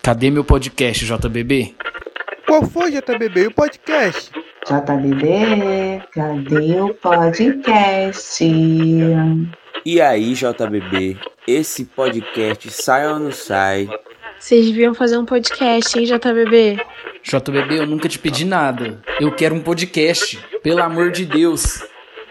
Cadê meu podcast, JBB? Qual foi, JBB, o podcast? JBB, cadê o podcast? E aí, JBB, esse podcast sai ou não sai? Vocês deviam fazer um podcast, hein, JBB? JBB, eu nunca te pedi nada. Eu quero um podcast, pelo amor de Deus.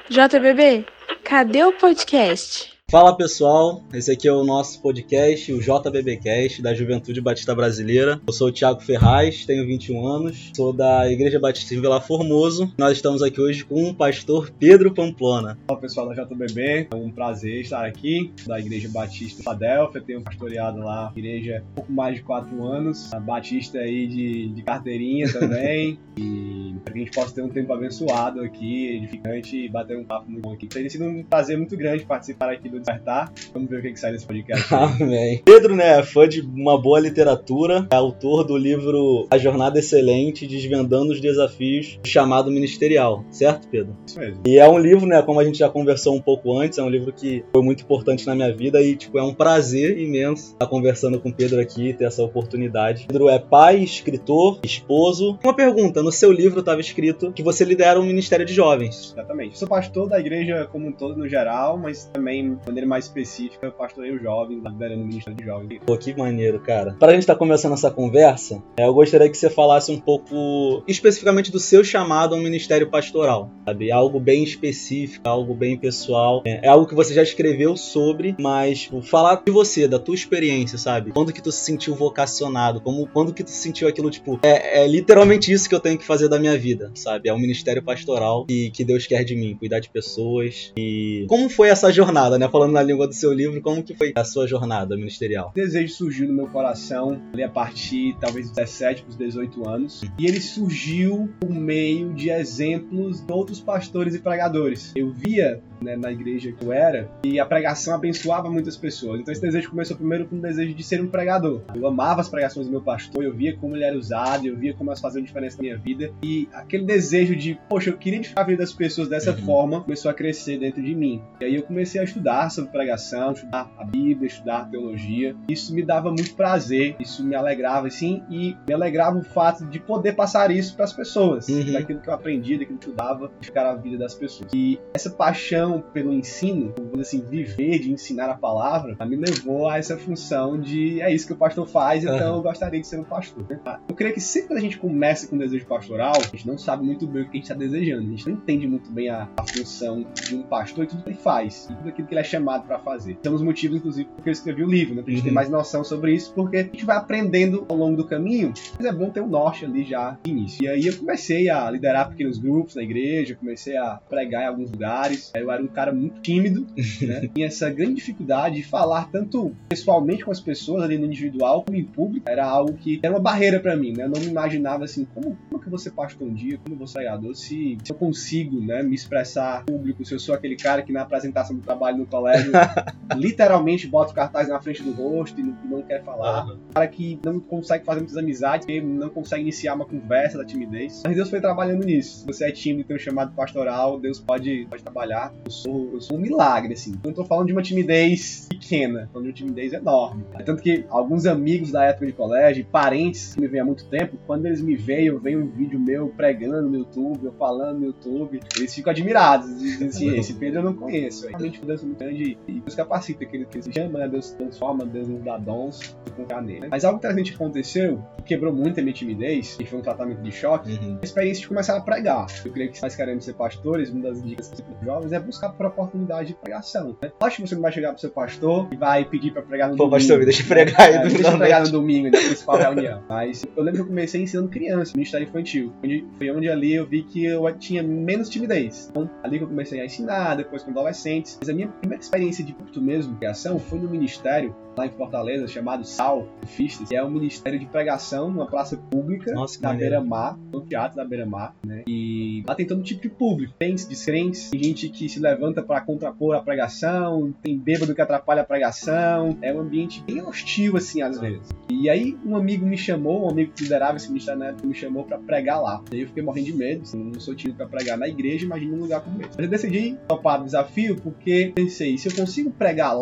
JBB, cadê o podcast? Fala pessoal, esse aqui é o nosso podcast, o JBBcast da Juventude Batista Brasileira. Eu sou o Thiago Ferraz, tenho 21 anos, sou da Igreja Batista em Vila Formoso. Nós estamos aqui hoje com o pastor Pedro Pamplona. Fala pessoal da JBB, é um prazer estar aqui, da Igreja Batista de Filadélfia. Tenho pastoreado lá a igreja há pouco mais de 4 anos, a Batista aí de carteirinha também. E para que a gente possa ter um tempo abençoado aqui, edificante e bater um papo muito bom aqui. Tem sido um prazer muito grande participar aqui do Despertar. Vamos ver o que sai desse podcast. Amém. Pedro, é fã de uma boa literatura, é autor do livro A Jornada Excelente, Desvendando os Desafios do Chamado Ministerial, certo, Pedro? Isso mesmo. E é um livro, como a gente já conversou um pouco antes, é um livro que foi muito importante na minha vida e, é um prazer imenso estar conversando com o Pedro aqui e ter essa oportunidade. Pedro é pai, escritor, esposo. Uma pergunta, no seu livro estava escrito que você lidera um ministério de jovens. Exatamente. Sou pastor da igreja como um todo, no geral, mas também, de maneira mais específica, eu pastorei os jovens, liderando o ministério de jovens. Pô, que maneiro, cara. Pra gente estar começando essa conversa, eu gostaria que você falasse um pouco especificamente do seu chamado ao ministério pastoral, sabe? Algo bem específico, algo bem pessoal. É algo que você já escreveu sobre, mas falar de você, da tua experiência, sabe? Quando que tu se sentiu vocacionado? Quando que tu sentiu aquilo, é literalmente isso que eu tenho que fazer da minha vida, sabe? É um ministério pastoral que Deus quer de mim, cuidar de pessoas. E como foi essa jornada, Falando na língua do seu livro, como que foi a sua jornada ministerial? O desejo surgiu no meu coração ali a partir, talvez, dos 17 para os 18 anos. E ele surgiu por meio de exemplos de outros pastores e pregadores. Eu via, na igreja que eu era, e a pregação abençoava muitas pessoas. Então esse desejo começou primeiro com o desejo de ser um pregador. Eu amava as pregações do meu pastor, eu via como ele era usado, eu via como elas faziam diferença na minha vida. E aquele desejo de, eu queria edificar a vida das pessoas dessa forma, começou a crescer dentro de mim. E aí eu comecei a estudar sobre pregação, estudar a Bíblia, estudar teologia. Isso me dava muito prazer, isso me alegrava, assim, e me alegrava o fato de poder passar isso para as pessoas, daquilo que eu aprendi, daquilo que eu estudava, edificar a vida das pessoas. E essa paixão pelo ensino, viver de ensinar a palavra, me levou a essa função de, é isso que o pastor faz, então eu gostaria de ser um pastor. Eu creio que sempre que a gente começa com o desejo pastoral, a gente não sabe muito bem o que a gente está desejando, a gente não entende muito bem a função de um pastor e tudo que ele faz, e tudo aquilo que ele é chamado para fazer. São os motivos, inclusive, porque eu escrevi o livro, pra gente ter mais noção sobre isso, porque a gente vai aprendendo ao longo do caminho, mas é bom ter um norte ali já de início. E aí eu comecei a liderar pequenos grupos na igreja, comecei a pregar em alguns lugares. Eu era um cara muito tímido, Tinha essa grande dificuldade de falar tanto pessoalmente com as pessoas ali no individual, como em público. Era algo que era uma barreira pra mim, Eu não me imaginava assim, como que eu vou ser pastor um dia, como eu vou ser pregador, se eu consigo, me expressar público, se eu sou aquele cara que na apresentação do trabalho no colégio literalmente bota o cartaz na frente do rosto e não quer falar. Cara que não consegue fazer muitas amizades, que não consegue iniciar uma conversa da timidez. Mas Deus foi trabalhando nisso. Se você é tímido e tem um chamado pastoral, Deus pode trabalhar. Eu sou um milagre, assim. Não tô falando de uma timidez pequena, tô falando de uma timidez enorme. Tanto que alguns amigos da época de colégio, parentes que me veem há muito tempo, quando eles me veem, eu venho um vídeo meu pregando no YouTube, eu falando no YouTube, eles ficam admirados. Eles dizem assim, esse Pedro eu não conheço. Realmente uma mudança muito grande e Deus capacita aquele que ele se chama, Deus transforma, Deus nos dá dons e confiar nele. Mas algo interessante aconteceu, que quebrou muito a minha timidez, que foi um tratamento de choque, a experiência de começar a pregar. Eu creio que se nós queremos ser pastores, uma das dicas para os jovens é buscar por oportunidade de pregação. Acho que você não vai chegar pro seu pastor e vai pedir para pregar no domingo. Pastor, deixa eu pregar aí deixa eu pregar no domingo, na principal reunião. Mas eu lembro que eu comecei ensinando criança, ministério infantil. Foi onde ali eu vi que eu tinha menos timidez. Então, ali que eu comecei a ensinar, depois com adolescentes. Mas a minha primeira experiência de púlpito mesmo, pregação, foi no ministério lá em Fortaleza, chamado Sal Fistas, que é um ministério de pregação numa praça pública da Beira-Mar, no teatro da Beira-Mar, E lá tem todo tipo de público, crentes, descrentes, tem gente que se levanta para contrapor a pregação, tem bêbado que atrapalha a pregação, é um ambiente bem hostil, assim, às vezes. E aí um amigo me chamou, um amigo que liderava esse ministério na época, me chamou para pregar lá. E aí eu fiquei morrendo de medo, assim, não sou tímido para pregar na igreja, imagina num lugar como esse. Mas eu decidi topar o desafio porque pensei, se eu consigo pregar lá,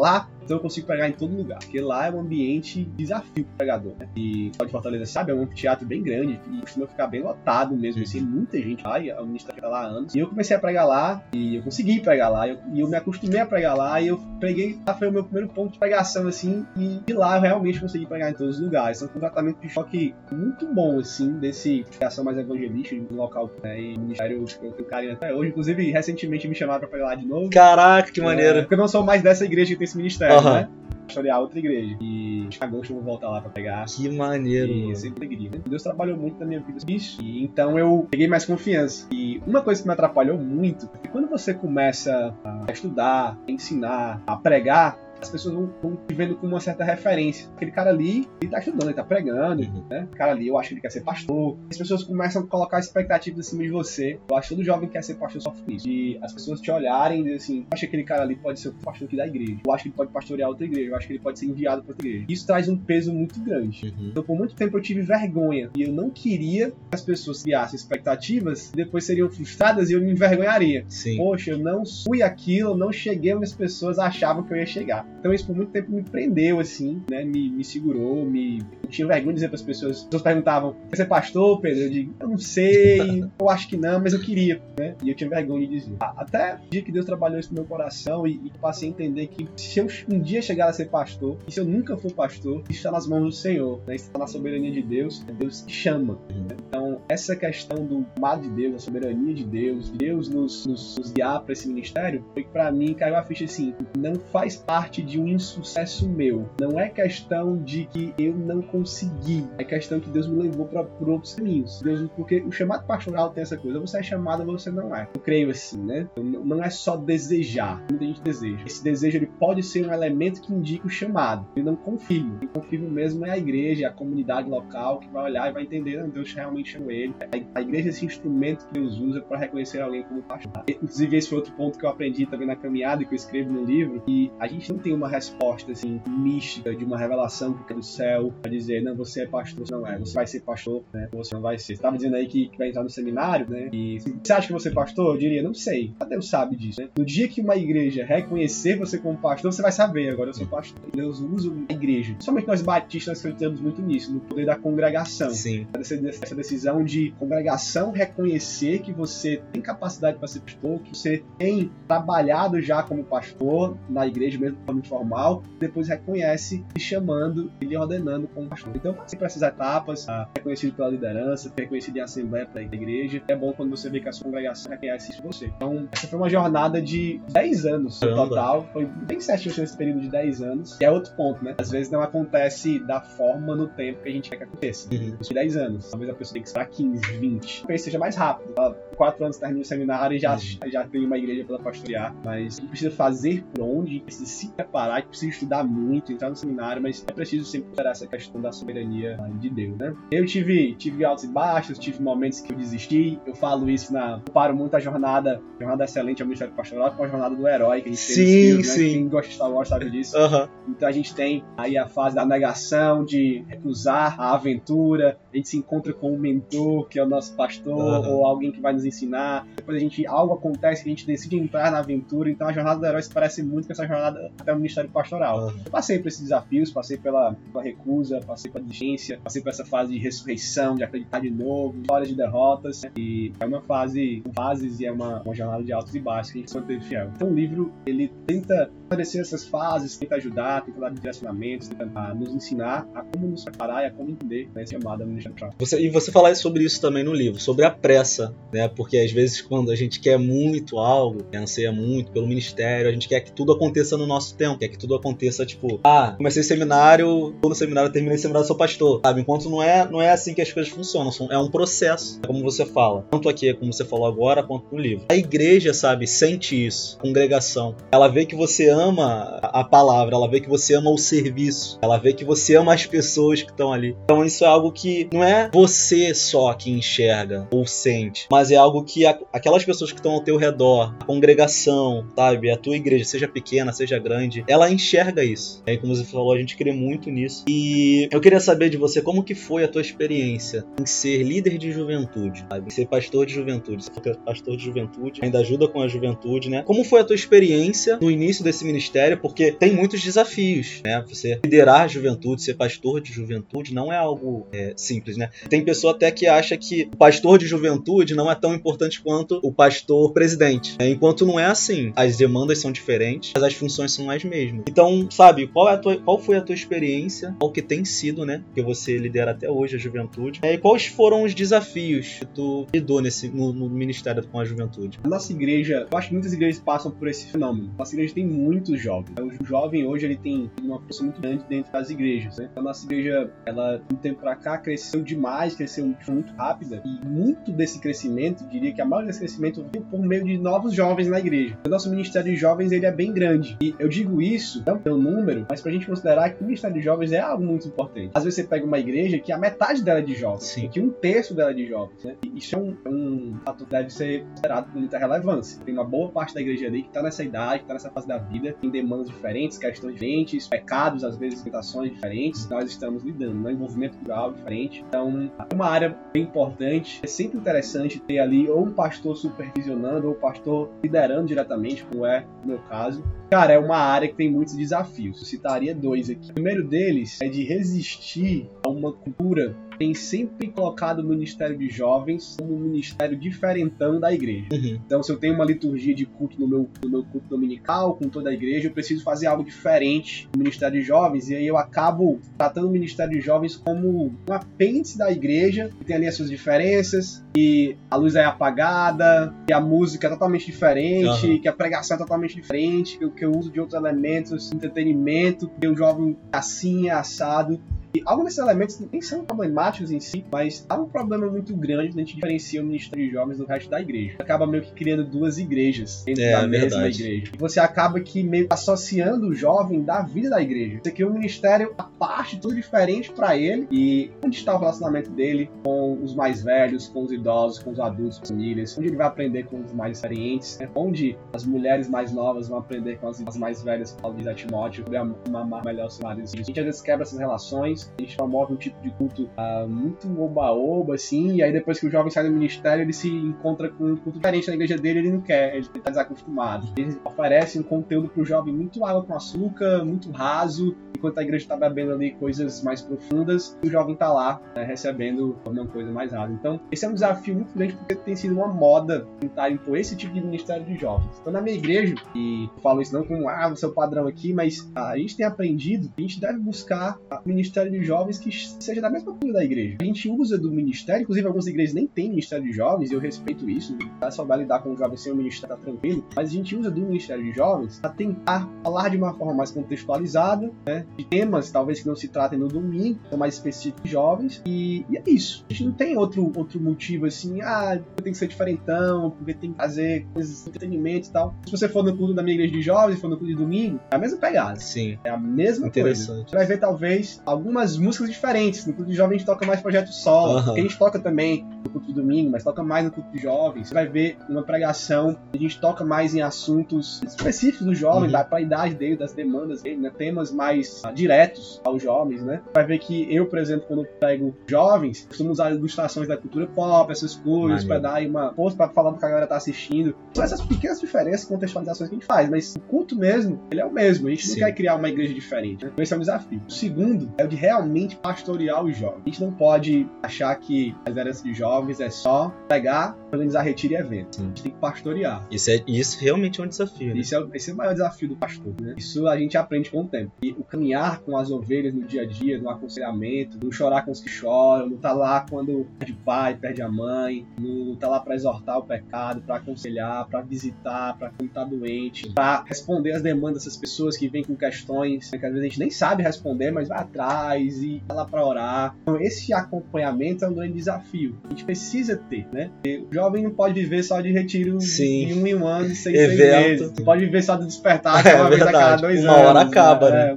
Então eu consigo pregar em todo lugar, porque lá é um ambiente de desafio pro pregador, né? E o de Fortaleza, sabe, é um teatro bem grande e costuma ficar bem lotado mesmo, assim, muita gente lá, e o ministério tá lá há anos. E eu comecei a pregar lá, e eu consegui pregar lá, e eu me acostumei a pregar lá, e eu preguei, lá foi o meu primeiro ponto de pregação, assim, e de lá eu realmente consegui pregar em todos os lugares. Então foi um tratamento de choque muito bom, assim, desse pregação mais evangelística, no local, né, e o ministério eu tenho carinho até hoje. Inclusive, recentemente me chamaram pra pregar lá de novo. Caraca, que maneiro. Porque eu não sou mais dessa igreja que tem esse ministério, né? Pastorear outra igreja. E em agosto eu vou voltar lá pra pegar. Que maneiro. E sempre alegria, né? Deus trabalhou muito na minha vida isso. E então eu peguei mais confiança. E uma coisa que me atrapalhou muito é que quando você começa a estudar, a ensinar, a pregar, as pessoas vão te vendo com uma certa referência. Aquele cara ali, ele tá estudando, ele tá pregando, né? O cara ali, eu acho que ele quer ser pastor. As pessoas começam a colocar expectativas em cima de você. Eu acho que todo jovem que quer ser pastor sofre com isso. E as pessoas te olharem e dizem assim, eu acho que aquele cara ali pode ser o pastor aqui da igreja. Eu acho que ele pode pastorear outra igreja. Eu acho que ele pode ser enviado para outra igreja. Isso traz um peso muito grande. Então, por muito tempo eu tive vergonha. E eu não queria que as pessoas criassem expectativas e depois seriam frustradas e eu me envergonharia. Sim. Poxa, eu não fui aquilo, eu não cheguei onde as pessoas achavam que eu ia chegar. Então isso por muito tempo me prendeu, assim, né? Me segurou, eu tinha vergonha de dizer para as pessoas. As pessoas perguntavam, quer ser pastor, Pedro? Eu digo, eu não sei, eu acho que não, mas eu queria, né? E eu tinha vergonha de dizer. Até o dia que Deus trabalhou isso no meu coração e passei a entender que se eu um dia chegar a ser pastor, e se eu nunca for pastor, isso está nas mãos do Senhor, né? Isso está na soberania de Deus, é Deus que chama. Né? Então, essa questão do amado de Deus, da soberania de Deus nos guiar para esse ministério, foi que para mim caiu a ficha assim, não faz parte de um insucesso meu. Não é questão de que eu não consegui. É questão que Deus me levou por outros caminhos. Porque o chamado pastoral tem essa coisa. Você é chamado ou você não é. Eu creio assim, né? Não é só desejar. Muita gente deseja. Esse desejo ele pode ser um elemento que indica o chamado. Eu não confio. Quem confia mesmo é a igreja, a comunidade local que vai olhar e vai entender que Deus realmente chamou ele. A igreja é esse instrumento que Deus usa para reconhecer alguém como pastor. Inclusive, esse foi outro ponto que eu aprendi também na caminhada, que eu escrevo no livro, que a gente não tem uma resposta assim, mística de uma revelação que é do céu para dizer, não, você é pastor, você não é, você vai ser pastor, né? Você não vai ser. Você estava dizendo aí que vai entrar no seminário, né? E você acha que você é pastor? Eu diria, não sei. Deus sabe disso, né? No dia que uma igreja reconhecer você como pastor, você vai saber, agora eu sou pastor. Deus usa a igreja. Somente nós batistas acreditamos muito nisso, no poder da congregação. Sim. Essa decisão de congregação reconhecer que você tem capacidade para ser pastor, que você tem trabalhado já como pastor na igreja, mesmo de forma informal, depois reconhece e chamando e lhe ordenando como pastor. Então, passei por essas etapas, reconhecido pela liderança, reconhecido em assembleia pela igreja. É bom quando você vê que a sua congregação reconhece isso em você. Então, essa foi uma jornada de 10 anos no total. Foi bem certinho nesse período de 10 anos. E é outro ponto, né? Às vezes não acontece da forma no tempo que a gente quer que aconteça. Isso de 10 anos. Talvez a pessoa tenha que esperar 15, 20. Talvez seja mais rápido. 4 anos termina o seminário e já tem uma igreja para pastorear. Mas a gente precisa fazer por onde, a gente precisa se preparar, a gente precisa estudar muito, entrar no seminário, mas é preciso sempre considerar essa questão da soberania de Deus, né? Eu tive altos e baixos, tive momentos que eu desisti. Eu falo isso comparo muito a jornada excelente ao Ministério Pastoral com a jornada do herói que a gente tem nos filmes, né? Quem gosta de Star Wars sabe disso. Então a gente tem aí a fase da negação, de recusar a aventura, a gente se encontra com um mentor, que é o nosso pastor, ou alguém que vai nos ensinar. Depois algo acontece que a gente decide entrar na aventura. Então a jornada do herói se parece muito com essa jornada até o Ministério Pastoral. Eu passei por esses desafios, passei pela recusa, passei pela desistência, passei por essa fase de ressurreição, de acreditar de novo, histórias de derrotas, né? E é uma fase, fases, e é uma jornada de altos e baixos que a gente se manteve fiel. Então o livro, ele tenta esclarecer essas fases, tenta ajudar, tenta dar direcionamentos, tenta nos ensinar a como nos preparar e a como entender, né, esse chamado Ministério Pastoral. E você fala sobre isso também no livro, sobre a pressa, né? Porque às vezes quando a gente quer muito algo, anseia muito pelo ministério, a gente quer que tudo aconteça no nosso tempo, quer que tudo aconteça, tipo, comecei seminário, tô no seminário, terminei o seminário, sou pastor, sabe? Enquanto não é assim que as coisas funcionam, é um processo, como você fala, tanto aqui, como você falou agora, quanto no livro. A igreja, sabe, sente isso, a congregação, ela vê que você ama a palavra, ela vê que você ama o serviço, ela vê que você ama as pessoas que estão ali. Então isso é algo que não é você só que enxerga ou sente, mas é algo que aquelas pessoas que estão ao teu redor, a congregação, sabe, a tua igreja, seja pequena, seja grande, ela enxerga isso. E aí, como você falou, a gente crê muito nisso. E eu queria saber de você como que foi a tua experiência em ser líder de juventude, sabe? Em ser pastor de juventude. Você foi pastor de juventude, ainda ajuda com a juventude, né? Como foi a tua experiência no início desse ministério? Porque tem muitos desafios, né? Você liderar a juventude, ser pastor de juventude não é algo simples, né? Tem pessoa até que acha que o pastor de juventude não é tão importante quanto o pastor presidente, né? Enquanto não é assim. As demandas são diferentes, mas as funções são as mesmas. Então, sabe, qual foi a tua experiência, qual que tem sido, né? Que você lidera até hoje a juventude. E quais foram os desafios que tu lidou no ministério com a juventude? A nossa igreja, eu acho que muitas igrejas passam por esse fenômeno. Nossa igreja tem muitos jovens. O jovem hoje, ele tem uma força muito grande dentro das igrejas, né? A nossa igreja, ela, de um tempo pra cá, cresceu demais, cresceu muito rápida. E muito desse crescimento, diria que a maioria desse crescimento veio por meio de novos jovens na igreja. O nosso ministério de jovens, ele é bem grande. E eu digo isso, não pelo número, mas pra gente considerar que o ministério de jovens é algo muito importante. Às vezes você pega uma igreja que a metade dela é de jovens, sim, que 1/3 dela é de jovens, né? E isso é um fator que deve ser considerado com muita relevância. Tem uma boa parte da igreja ali que tá nessa idade, que tá nessa fase da vida, tem demandas diferentes, questões diferentes, pecados, às vezes, limitações diferentes, nós estamos lidando, né? Envolvimento cultural diferente. Então, é uma área bem importante. É sempre interessante ter ali ou um pastor supervisionando ou um pastor liderando diretamente, como é o meu caso. Cara, é uma área que tem muitos desafios. Eu citaria 2 aqui. O primeiro deles é de resistir a uma cultura que tem sempre colocado o ministério de jovens como um ministério diferentão da igreja. Então, se eu tenho uma liturgia de culto no meu culto dominical, com toda a igreja, eu preciso fazer algo diferente no ministério de jovens, e aí eu acabo tratando o ministério de jovens como um apêndice da igreja, que tem ali as suas diferenças, que a luz é apagada, que a música é totalmente diferente, que a pregação é totalmente diferente, que eu uso de outros elementos, entretenimento, que o jovem assim é assado. E alguns desses elementos nem são problemáticos em si, mas há um problema muito grande quando a gente diferencia o ministério de jovens do resto da igreja. Acaba meio que criando 2 igrejas dentro da mesma igreja. E você acaba que meio associando o jovem da vida da igreja. Você cria um ministério à parte, tudo diferente para ele. E onde está o relacionamento dele com os mais velhos, com os idosos, com os adultos, com as famílias? Onde ele vai aprender com os mais experientes? Né? Onde as mulheres mais novas vão aprender com as mais velhas, como diz a Timóteo, sobre amar melhor os maridos. A gente às vezes quebra essas relações. A gente promove um tipo de culto muito oba-oba, assim, e aí depois que o jovem sai do ministério, ele se encontra com um culto diferente na igreja dele, ele não quer, ele tá desacostumado. Ele oferece um conteúdo pro jovem muito água com açúcar, muito raso, enquanto a igreja tá bebendo ali coisas mais profundas, e o jovem tá lá, né, recebendo uma coisa mais rasa. Então, esse é um desafio muito grande, porque tem sido uma moda tentar impor esse tipo de ministério de jovens. Então, na minha igreja, e eu falo isso não como, o seu padrão aqui, mas a gente tem aprendido que a gente deve buscar o ministério de jovens que seja da mesma coisa da igreja. A gente usa do ministério, inclusive algumas igrejas nem têm ministério de jovens, e eu respeito isso, tá? Só vai lidar com o jovem sem o ministério, tá tranquilo, mas a gente usa do ministério de jovens para tentar falar de uma forma mais contextualizada, né, de temas talvez que não se tratem no domingo, são mais específicos de jovens, e é isso. A gente não tem outro motivo assim, tem que ser diferentão, porque tem que fazer coisas de entretenimento e tal. Se você for no culto da minha igreja de jovens, se for no culto de domingo, é a mesma pegada. Sim. É a mesma coisa. Você vai ver talvez algumas músicas diferentes. No culto de jovens a gente toca mais projeto solo, que a gente toca também no culto de domingo, mas toca mais no culto de jovens. Você vai ver uma pregação, a gente toca mais em assuntos específicos do jovem, para a idade dele, das demandas dele, né? Temas mais diretos aos jovens, né? Vai ver que eu, por exemplo, quando prego jovens, costumo usar ilustrações da cultura pop, essas coisas, para dar uma força, para falar do que a galera tá assistindo. São essas pequenas diferenças, contextualizações que a gente faz, mas o culto mesmo, ele é o mesmo. A gente não quer criar uma igreja diferente, né? Então esse é um desafio. O segundo é o de realmente pastorear os jovens. A gente não pode achar que a liderança de jovens é só pegar, organizar retiro e evento. A gente tem que pastorear. Isso realmente é um desafio, né? Esse é o maior desafio do pastor, né? Isso a gente aprende com o tempo. E o caminhar com as ovelhas no dia a dia, no aconselhamento, não chorar com os que choram, não tá lá quando perde o pai, perde a mãe, não tá lá para exortar o pecado, para aconselhar, para visitar, para quem tá doente, para responder as demandas dessas pessoas que vêm com questões, né, que às vezes a gente nem sabe responder, mas vai atrás e tá lá para orar. Então esse acompanhamento é um grande desafio. A gente precisa ter, né? E o jovem não pode viver só de retiro de 1 em 1 ano, 6 meses. Não pode viver só do despertar, uma vez a cada 2 anos. Uma hora acaba, né? Uma hora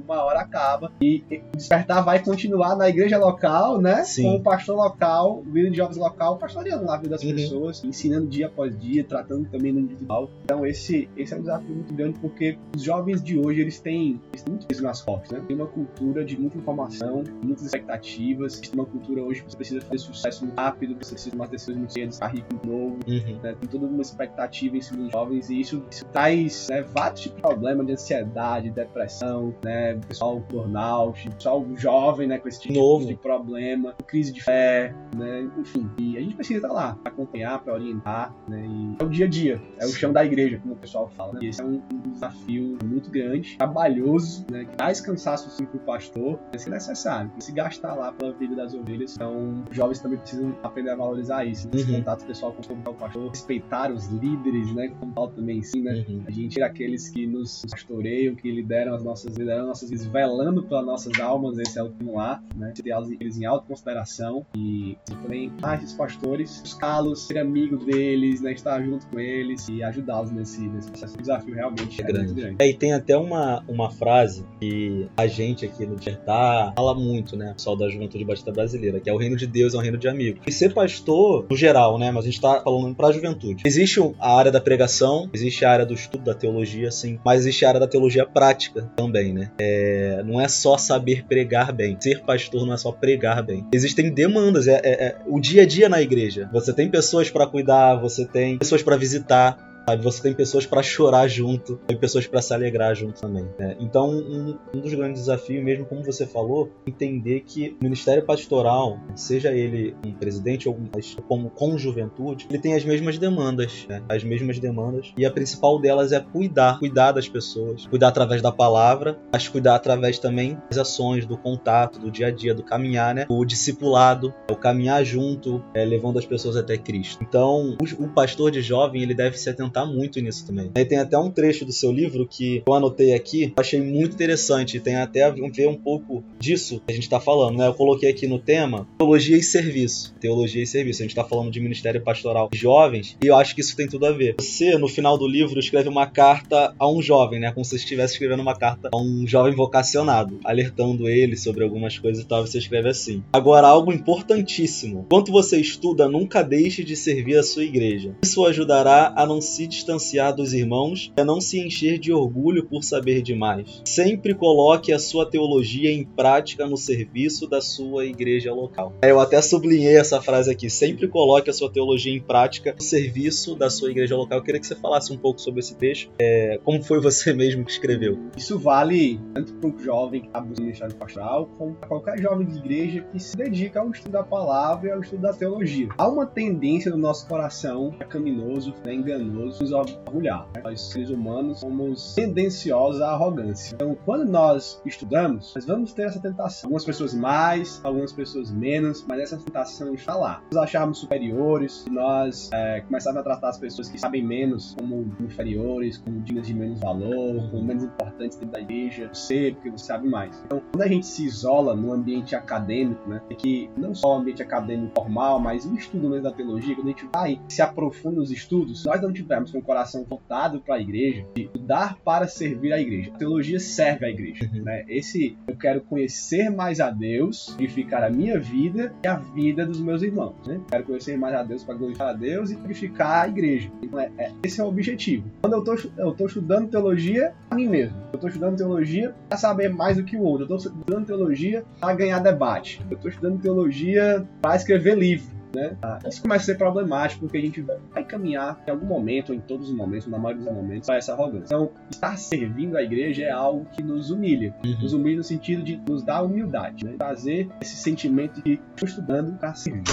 acaba e o despertar vai continuar na igreja local, né? Sim. Com o pastor local, o líder de jovens local, pastoreando a vida das pessoas, ensinando dia após dia, tratando também no individual. Então esse é um desafio muito grande, porque os jovens de hoje, eles têm muito peso nas costas, né? Tem uma cultura de muita informação, muitas expectativas. Tem uma cultura hoje que você precisa fazer sucesso muito rápido, você precisa tomar decisões muito cedo, ficar rico de novo, né? Tem toda uma expectativa em cima dos jovens, e isso traz, né, vários tipos de problemas de ansiedade, depressão, né? Pessoal burnout, pessoal jovem, né, com esse tipo de problema, crise de fé, né? Enfim, e a gente precisa estar lá para acompanhar, para orientar, né? E é o dia a dia, é o chão da igreja, como o pessoal fala, né? E esse é um desafio muito grande, trabalhoso, né? Que traz cansaço sim pro pastor, mas que é necessário, se gastar lá pela vida das ovelhas. Então, os jovens também precisam aprender a valorizar isso, né? Esse contato pessoal com o pastor, respeitar os líderes, né? Como o Paulo também ensina, a gente é aqueles que nos pastoreiam, que lideram as nossas vidas, velando pelas nossas almas, esse é o último lá, né? Ter eles em alta consideração e também esses pastores, buscá-los, ser amigo deles, né? Estar junto com eles e ajudá-los nesse processo. O desafio realmente é muito grande. E tem até uma frase que a gente aqui no Despertar fala muito, né? O pessoal da Juventude Batista Brasileira, que é o reino de Deus é um reino de amigos. E ser pastor, no geral, né? Mas a gente tá falando pra juventude. Existe a área da pregação, existe a área do estudo da teologia, sim, mas existe a área da teologia prática também, né? Não é só saber pregar bem. Ser pastor não é só pregar bem. Existem demandas, o dia a dia na igreja. Você tem pessoas pra cuidar, você tem pessoas pra visitar, sabe? Você tem pessoas para chorar junto, tem pessoas para se alegrar junto também, né? Então, um dos grandes desafios, mesmo como você falou, entender que o ministério pastoral, seja ele um presidente ou como com juventude, ele tem as mesmas demandas, né? As mesmas demandas, e a principal delas é cuidar das pessoas, cuidar através da palavra, mas cuidar através também das ações, do contato, do dia a dia, do caminhar, né? O discipulado, o caminhar junto, levando as pessoas até Cristo. Então, o pastor de jovem, ele deve se atentar muito nisso também. E tem até um trecho do seu livro que eu anotei aqui, achei muito interessante, tem até a ver um pouco disso que a gente está falando, né? Eu coloquei aqui no tema teologia e serviço. Teologia e serviço. A gente está falando de ministério pastoral de jovens, e eu acho que isso tem tudo a ver. Você, no final do livro, escreve uma carta a um jovem, né? Como se você estivesse escrevendo uma carta a um jovem vocacionado, alertando ele sobre algumas coisas e tal. Você escreve assim: agora, algo importantíssimo. Enquanto você estuda, nunca deixe de servir a sua igreja. Isso ajudará a não se distanciar dos irmãos e a não se encher de orgulho por saber demais. Sempre coloque a sua teologia em prática no serviço da sua igreja local. Eu até sublinhei essa frase aqui. Sempre coloque a sua teologia em prática no serviço da sua igreja local. Eu queria que você falasse um pouco sobre esse texto. Como foi você mesmo que escreveu? Isso vale tanto para um jovem que está buscando ministério pastoral, como para qualquer jovem de igreja que se dedica ao estudo da palavra e ao estudo da teologia. Há uma tendência no nosso coração pecaminoso, enganoso, nos orgulhar, né? Nós, seres humanos, somos tendenciosos à arrogância. Então, quando nós estudamos, nós vamos ter essa tentação. Algumas pessoas mais, algumas pessoas menos, mas essa tentação está lá. Nós acharmos superiores, nós começarmos a tratar as pessoas que sabem menos como inferiores, como dignas de menos valor, como menos importantes dentro da igreja, porque você sabe mais. Então, quando a gente se isola no ambiente acadêmico, né, é que não só o ambiente acadêmico formal, mas o estudo mesmo da teologia, quando a gente vai se aprofunda nos estudos, nós não tivermos com o coração voltado para a igreja, de dar para servir a igreja. A teologia serve a igreja, né? Eu quero conhecer mais a Deus, purificar a minha vida e a vida dos meus irmãos, né? Quero conhecer mais a Deus para glorificar a Deus e purificar a igreja. Então, esse é o objetivo. Quando eu estou estudando teologia a mim mesmo, eu estou estudando teologia para saber mais do que o outro, eu estou estudando teologia para ganhar debate, eu estou estudando teologia para escrever livro, né? Isso começa a ser problemático, porque a gente vai caminhar em algum momento, ou em todos os momentos, na maioria dos momentos, para essa arrogância. Então, estar servindo a igreja é algo que nos humilha. Nos humilha no sentido de nos dar humildade, né? Trazer esse sentimento de estou estudando para servir.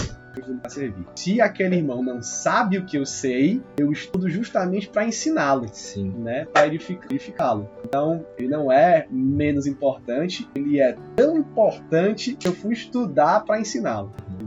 Se aquele irmão não sabe o que eu sei, eu estudo justamente para ensiná-lo, né? Para edificá-lo. Então, ele não é menos importante, ele é tão importante que eu fui estudar para ensiná-lo, entendeu?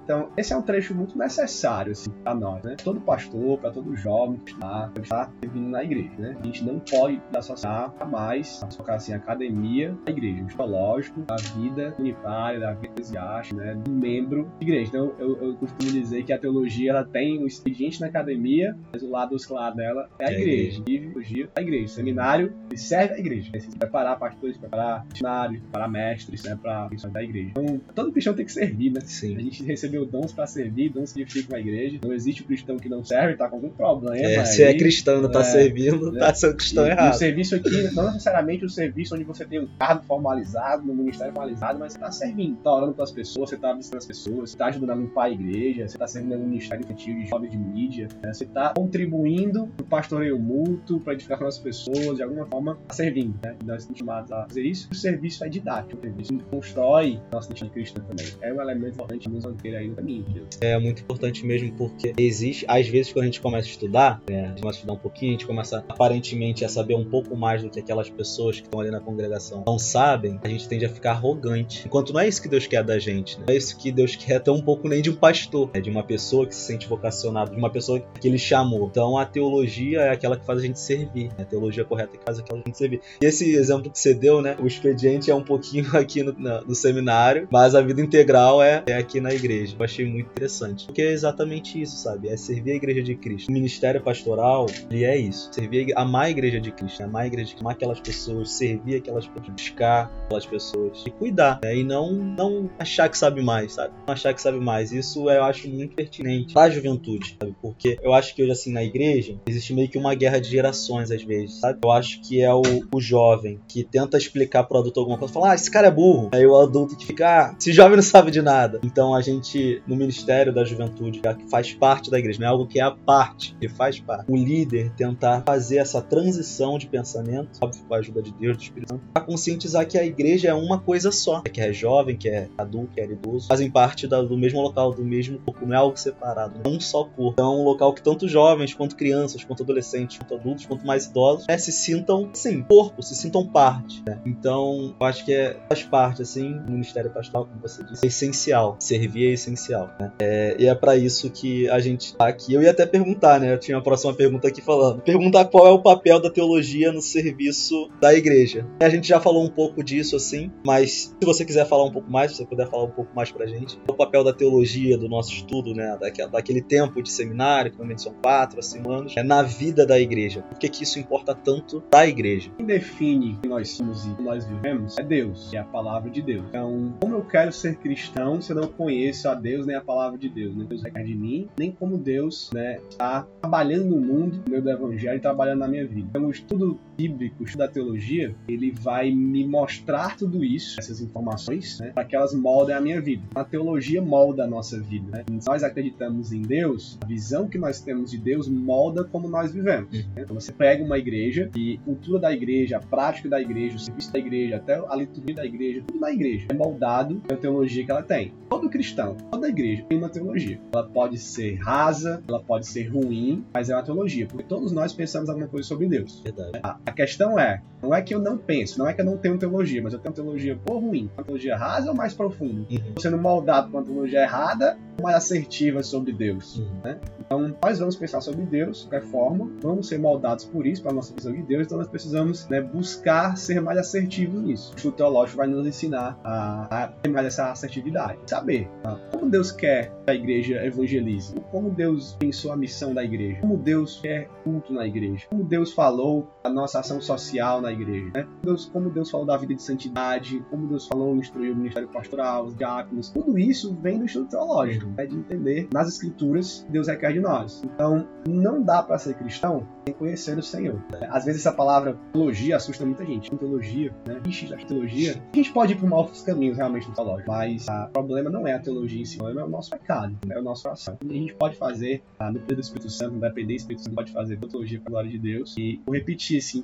Então, esse é um trecho muito necessário, assim, para nós, né? Todo pastor, para todo jovem que está servindo na igreja, né? A gente não pode associar mais, assim, a academia à igreja, o teológico, da vida comunitária, da vida eclesiástica, né? Do membro de igreja. Então, eu costumo dizer que a teologia, ela tem um expediente na academia, mas o lado escolar dela é a igreja. Vive a teologia da igreja. O seminário, ele serve a igreja. Se preparar pastores, preparar missionários, preparar mestres, né? Para a missão da igreja. Então, todo cristão tem que servir, né? Sim. A gente recebeu dons para servir, dons significam a igreja. Não existe o cristão que não serve, tá com algum problema. Se é cristão e não tá servindo, tá sendo cristão errado. E o serviço aqui, não necessariamente o serviço onde você tem um cargo formalizado, no ministério formalizado, mas você tá servindo, tá orando pelas pessoas, você tá visitando as pessoas, você tá ajudando a limpar a igreja, você tá servindo no ministério infantil de jovens de mídia, né? Você tá contribuindo pro pastoreio mútuo, pra edificar as pessoas, de alguma forma, tá servindo, né? Nós estamos chamados a fazer isso. O serviço é didático, o serviço constrói nossa identidade cristã também. É um elemento importante nos manter aí no caminho. É muito importante mesmo, porque existe, às vezes, quando a gente começa a estudar, né, a gente começa a estudar um pouquinho, a gente começa aparentemente a saber um pouco mais do que aquelas pessoas que estão ali na congregação não sabem, a gente tende a ficar arrogante. Enquanto não é isso que Deus quer da gente, né? Não é isso que Deus quer até um pouco nem de um pastor, né? De uma pessoa que se sente vocacionada, de uma pessoa que Ele chamou. Então a teologia é aquela que faz a gente servir, né? A teologia correta é que faz aquela que a gente servir. E esse exemplo que você deu, né? O expediente é um pouquinho aqui no seminário, mas a vida integral é aqui na igreja. Eu achei muito interessante. Porque é exatamente isso, sabe? É servir a igreja de Cristo. O ministério pastoral, ele é isso. Servir, amar a igreja de Cristo, né? Amar a igreja de Cristo, amar aquelas pessoas, servir aquelas pessoas, buscar aquelas pessoas e cuidar, né? E não achar que sabe mais, sabe? Não achar que sabe mais. Isso eu acho muito pertinente para a juventude, sabe? Porque eu acho que hoje, assim, na igreja, existe meio que uma guerra de gerações, às vezes, sabe? Eu acho que é o jovem que tenta explicar pro adulto alguma coisa, fala, esse cara é burro. Aí o adulto que fica, esse jovem não sabe de nada. Então a gente, no Ministério da Juventude, que faz parte da igreja, não é algo que é a parte, que faz parte. O líder tentar fazer essa transição de pensamento, óbvio, com a ajuda de Deus, do Espírito Santo, para conscientizar que a igreja é uma coisa só. Que é jovem, que é adulto, que é idoso, fazem parte do mesmo local, do mesmo corpo, não é algo separado, é um só corpo. Então é um local que tanto jovens, quanto crianças, quanto adolescentes, quanto adultos, quanto mais idosos, né, se sintam, sim, corpo, se sintam parte, né? Então, eu acho que faz parte, assim, do Ministério Pastoral, como você disse, é essencial, servir é essencial, né? E é pra isso que a gente tá aqui. Eu ia até perguntar, né? Eu tinha a próxima pergunta aqui falando. Perguntar qual é o papel da teologia no serviço da igreja. A gente já falou um pouco disso, assim, mas se você quiser falar um pouco mais, se você puder falar um pouco mais pra gente, o papel da teologia, do nosso estudo, né? Daquele tempo de seminário, que normalmente são 4 a 5 anos, na vida da igreja. Por que isso importa tanto pra igreja? Quem define quem nós somos e nós vivemos é Deus, é a palavra de Deus. Então, como eu quero ser cristão se eu não conheço a Deus nem a palavra de Deus? Né? Deus requer de mim, nem como Deus, né, está trabalhando no mundo, no meio do evangelho, e trabalhando na minha vida. Então, o estudo bíblico, o estudo da teologia, ele vai me mostrar tudo isso, essas informações, né, para que elas moldem a minha vida. A teologia molda a nossa vida. Né? Se nós acreditamos em Deus, a visão que nós temos de Deus molda como nós vivemos. Né? Então, você pega uma igreja e a cultura da igreja, a prática da igreja, o serviço da igreja, até a liturgia da igreja, tudo da igreja é moldado pela teologia que ela tem. Todo cristão, toda igreja tem uma teologia. Ela pode ser rasa, ela pode ser ruim, mas é uma teologia, porque todos nós pensamos alguma coisa sobre Deus. Verdade. A questão não é que eu não penso, não é que eu não tenho teologia, mas eu tenho teologia boa ou ruim, uma teologia rasa ou mais profunda. Sendo moldado por uma teologia errada ou mais assertiva sobre Deus. Né? Então, nós vamos pensar sobre Deus, de qualquer forma, vamos ser moldados por isso, para a nossa visão de Deus, então nós precisamos, né, buscar ser mais assertivos nisso. O estudo teológico vai nos ensinar a ter mais essa assertividade. Saber como Deus quer que a igreja evangelize, como Deus pensou a missão da igreja, como Deus quer culto na igreja, como Deus falou a nossa ação social na igreja, né? Como Deus falou da vida de santidade, como Deus falou instruir o ministério pastoral, os diáconos. Tudo isso vem do estudo teológico, de entender nas escrituras que Deus requer de nós. Então, não dá para ser cristão sem conhecer o Senhor. Às vezes essa palavra teologia assusta muita gente. Teologia, né? Ixi, teologia. A gente pode ir por maus caminhos realmente no teológico, mas o problema não é a teologia em si, o problema é o nosso pecado, é o nosso coração. A gente pode fazer, no poder do Espírito Santo, no depender do Espírito Santo, pode fazer teologia para a glória de Deus. E vou repetir, assim,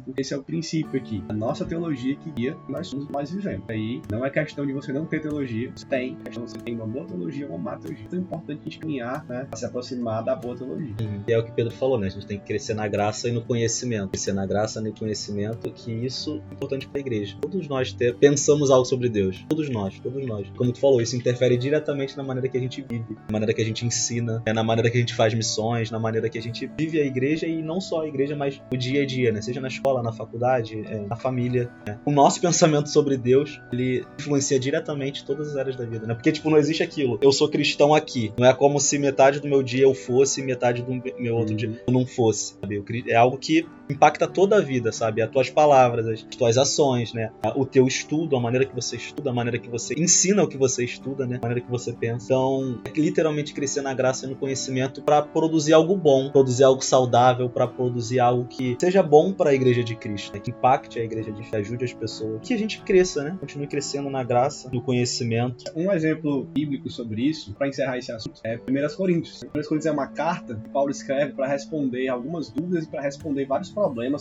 básico. Esse é o princípio aqui. A nossa teologia que guia nós somos mais vivemos. Aí não é questão de você não ter teologia. Você tem. É questão de você ter uma boa teologia ou uma má teologia. Então é importante a gente caminhar, né, a se aproximar da boa teologia. E é o que Pedro falou, né? A gente tem que crescer na graça e no conhecimento. Crescer na graça e no conhecimento, que isso é importante para a igreja. Todos nós pensamos algo sobre Deus. Todos nós. Como tu falou, isso interfere diretamente na maneira que a gente vive, na maneira que a gente ensina, na maneira que a gente faz missões, na maneira que a gente vive a igreja, e não só a igreja, mas o dia a dia, né? Seja na escola, na faculdade, na família, né? O nosso pensamento sobre Deus, ele influencia diretamente todas as áreas da vida, né? Porque, tipo, não existe aquilo, eu sou cristão aqui. Não é como se metade do meu dia eu fosse e metade do meu outro dia eu não fosse, sabe? É algo que impacta toda a vida, sabe? As tuas palavras, as tuas ações, né? O teu estudo, a maneira que você estuda, a maneira que você ensina o que você estuda, né? A maneira que você pensa. Então, é literalmente crescer na graça e no conhecimento para produzir algo bom, produzir algo saudável, para produzir algo que seja bom para a igreja de Cristo, né? Que impacte a igreja de Cristo, que ajude as pessoas, que a gente cresça, né? Continue crescendo na graça, no conhecimento. Um exemplo bíblico sobre isso, para encerrar esse assunto, é 1 Coríntios. 1 Coríntios é uma carta que Paulo escreve para responder algumas dúvidas e para responder vários problemas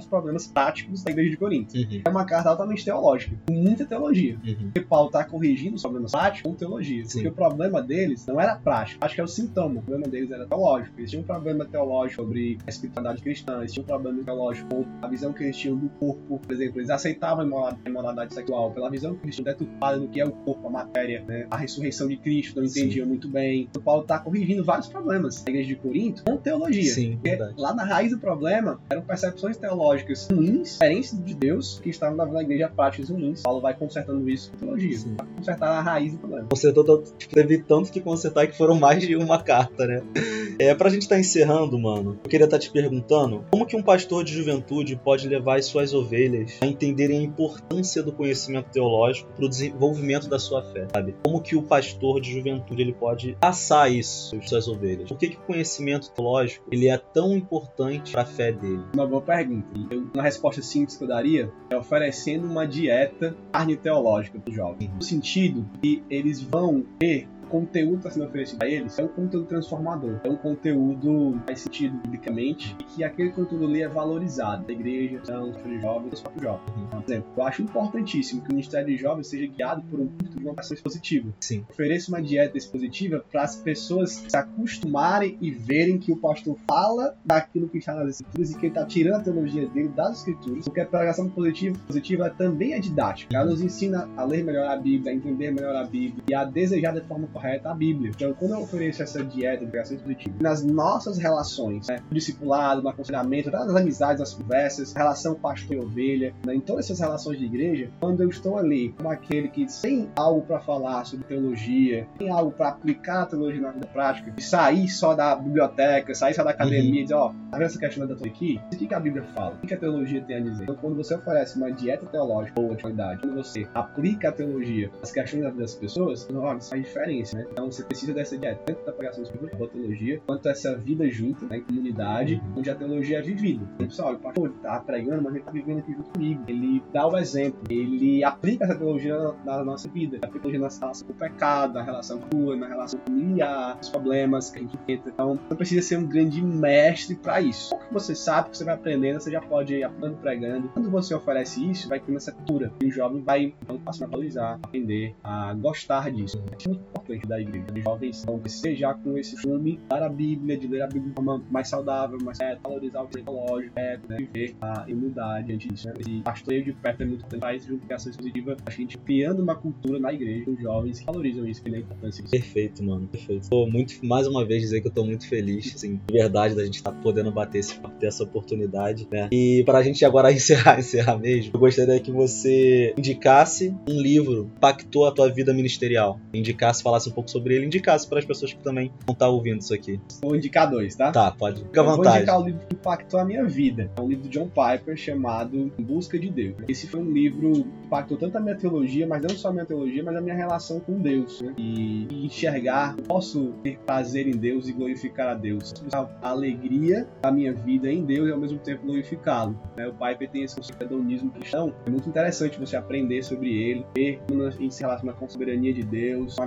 práticos da igreja de Corinto. É uma carta altamente teológica, com muita teologia. Porque Paulo está corrigindo os problemas práticos com teologia. Porque o problema deles não era prático, acho que é o sintoma. O problema deles era teológico. Eles tinham um problema teológico sobre a espiritualidade cristã, eles tinham um problema teológico com a visão que eles tinham do corpo. Por exemplo, eles aceitavam a imoralidade sexual pela visão que eles tinham deturpada do que é o corpo, a matéria, né? A ressurreição de Cristo, não entendiam muito bem. Então Paulo está corrigindo vários problemas da igreja de Corinto com teologia. Lá na raiz do problema eram percepções teológicas ruins, diferentes de Deus, que estavam na igreja práticas ruins. Paulo vai consertando isso com teologia. Vai consertar a raiz do problema. Consertou, teve tanto que consertar que foram mais de uma carta, né? Pra gente estar encerrando, mano, eu queria estar te perguntando como que um pastor de juventude pode levar as suas ovelhas a entenderem a importância do conhecimento teológico para o desenvolvimento da sua fé, sabe? Como que o pastor de juventude ele pode passar isso às suas ovelhas? Por que o conhecimento teológico ele é tão importante para a fé dele? Uma boa pergunta. Uma resposta simples que eu daria é oferecendo uma dieta carne teológica para os jovens. No sentido que eles vão ter conteúdo que está sendo oferecido a eles é um conteúdo transformador, é um conteúdo que faz sentido biblicamente e que aquele conteúdo ali é valorizado da igreja, dos jovens, dos próprios jovens. Por exemplo, eu acho importantíssimo que o Ministério de Jovens seja guiado por um culto de uma educação expositiva. Ofereça uma dieta expositiva para as pessoas se acostumarem e verem que o pastor fala daquilo que está nas escrituras e que ele está tirando a teologia dele das escrituras, porque a pregação positiva também é didática. Ela nos ensina a ler melhor a Bíblia, a entender melhor a Bíblia e a desejar de forma correta a Bíblia. Então, quando eu ofereço essa dieta de pregação expositiva nas nossas relações, né, no discipulado, no aconselhamento, nas amizades, nas conversas, relação pastor e ovelha, né, em todas essas relações de igreja, quando eu estou ali como aquele que tem algo para falar sobre teologia, tem algo para aplicar a teologia na vida prática, e sair só da biblioteca, sair só da academia e dizer, tá vendo essa questão da teologia aqui? O que a Bíblia fala? O que a teologia tem a dizer? Então, quando você oferece uma dieta teológica boa de qualidade, quando você aplica a teologia às questões da vida das pessoas, isso faz diferença, né? Então, você precisa dessa dieta, tanto da pregação da boa teologia, quanto essa vida junto, né, em comunidade, onde a teologia é vivida. Então, pessoal, o pastor está pregando, mas ele está vivendo aqui junto comigo. Ele dá o exemplo, ele aplica essa teologia na nossa vida, ele aplica a teologia na relação com o pecado, na relação com na relação familiar, os problemas que a gente enfrenta. Então, não precisa ser um grande mestre para isso. O que você sabe, que você vai aprendendo, você já pode ir aprendendo, pregando. Quando você oferece isso, vai tendo essa cultura. E o jovem vai passar a valorizar, a aprender, a gostar disso. É muito importante da igreja. Os jovens vão crescer já com esse filme, dar a Bíblia, de ler a Bíblia de forma mais saudável, mais valorizar o teológico, né, viver a humildade diante disso. Né? E pastoreio de perto é muito importante, faz educação expositiva, a gente criando uma cultura na igreja, os jovens que valorizam isso, que é importante. Perfeito, mano, perfeito. Tô muito, mais uma vez, dizer que eu tô muito feliz, assim, de verdade, da gente estar podendo bater ter essa oportunidade, né? E pra gente agora encerrar mesmo, eu gostaria que você indicasse um livro que impactou a tua vida ministerial. Indicasse, falasse um pouco sobre ele, indicasse para as pessoas que também não estão ouvindo isso aqui. Vou indicar dois, tá? Tá, pode. Fica à vontade. Vou indicar o livro que impactou a minha vida. É um livro de John Piper chamado Em Busca de Deus. Esse foi um livro que impactou tanto a minha teologia, mas não só a minha teologia, mas a minha relação com Deus, né? E enxergar, posso ter prazer em Deus e glorificar a Deus. A alegria da minha vida em Deus e ao mesmo tempo glorificá-lo. O Piper tem esse conceito de hedonismo cristão. É muito interessante você aprender sobre ele, ver como a gente se relaciona com a soberania de Deus, com a glória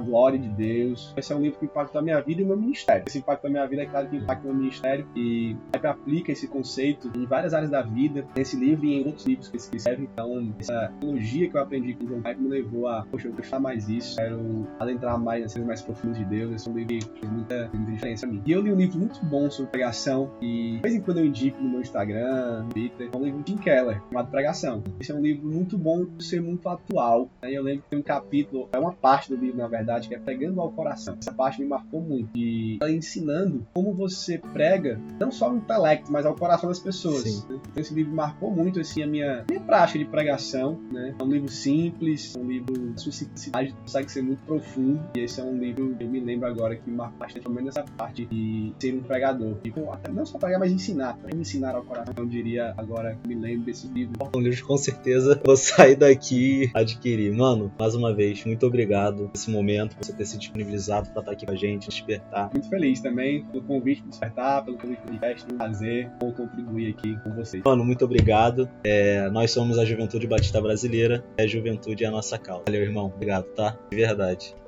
de Deus. Esse é um livro que impactou a minha vida e o meu ministério. Esse impacto da minha vida é claro que impacta o meu ministério e aplica esse conceito em várias áreas da vida, nesse livro e em outros livros que ele escreve. Então, essa teologia que eu aprendi com o John Piper me levou a, poxa, eu gostar mais disso, quero adentrar mais nas coisas mais profundas de Deus. Esse é um livro que fez muita diferença a mim. E eu li um livro muito bom sobre pregação e de vez em quando eu indico no meu Instagram, no Twitter, é um livro de Tim Keller, chamado Pregação. Esse é um livro muito bom por ser muito atual. Eu lembro que tem um capítulo, é uma parte do livro, na verdade, que é Pregando ao Coração. Essa parte me marcou muito. E ela ensinando como você prega, não só ao intelecto, mas ao coração das pessoas. Né? Então esse livro marcou muito assim, a minha prática de pregação. Né? É um livro simples, é um livro, a sua simplicidade consegue ser muito profundo. E esse é um livro que eu me lembro agora que me marcou bastante, pelo menos essa parte de ser um pregador. E, não só pregar, mas ensinar. Ensinar ao coração. Eu diria agora que me lembro desse livro. Um livro que com certeza vou sair daqui e adquirir. Mano, mais uma vez, muito obrigado por esse momento, por você ter se disponibilizado para estar aqui com a gente, despertar. Muito feliz também pelo convite do Despertar, pelo convite do podcast, um prazer por contribuir aqui com vocês. Mano, muito obrigado. Nós somos a Juventude Batista Brasileira, a Juventude é a nossa causa. Valeu, irmão. Obrigado, tá? De verdade.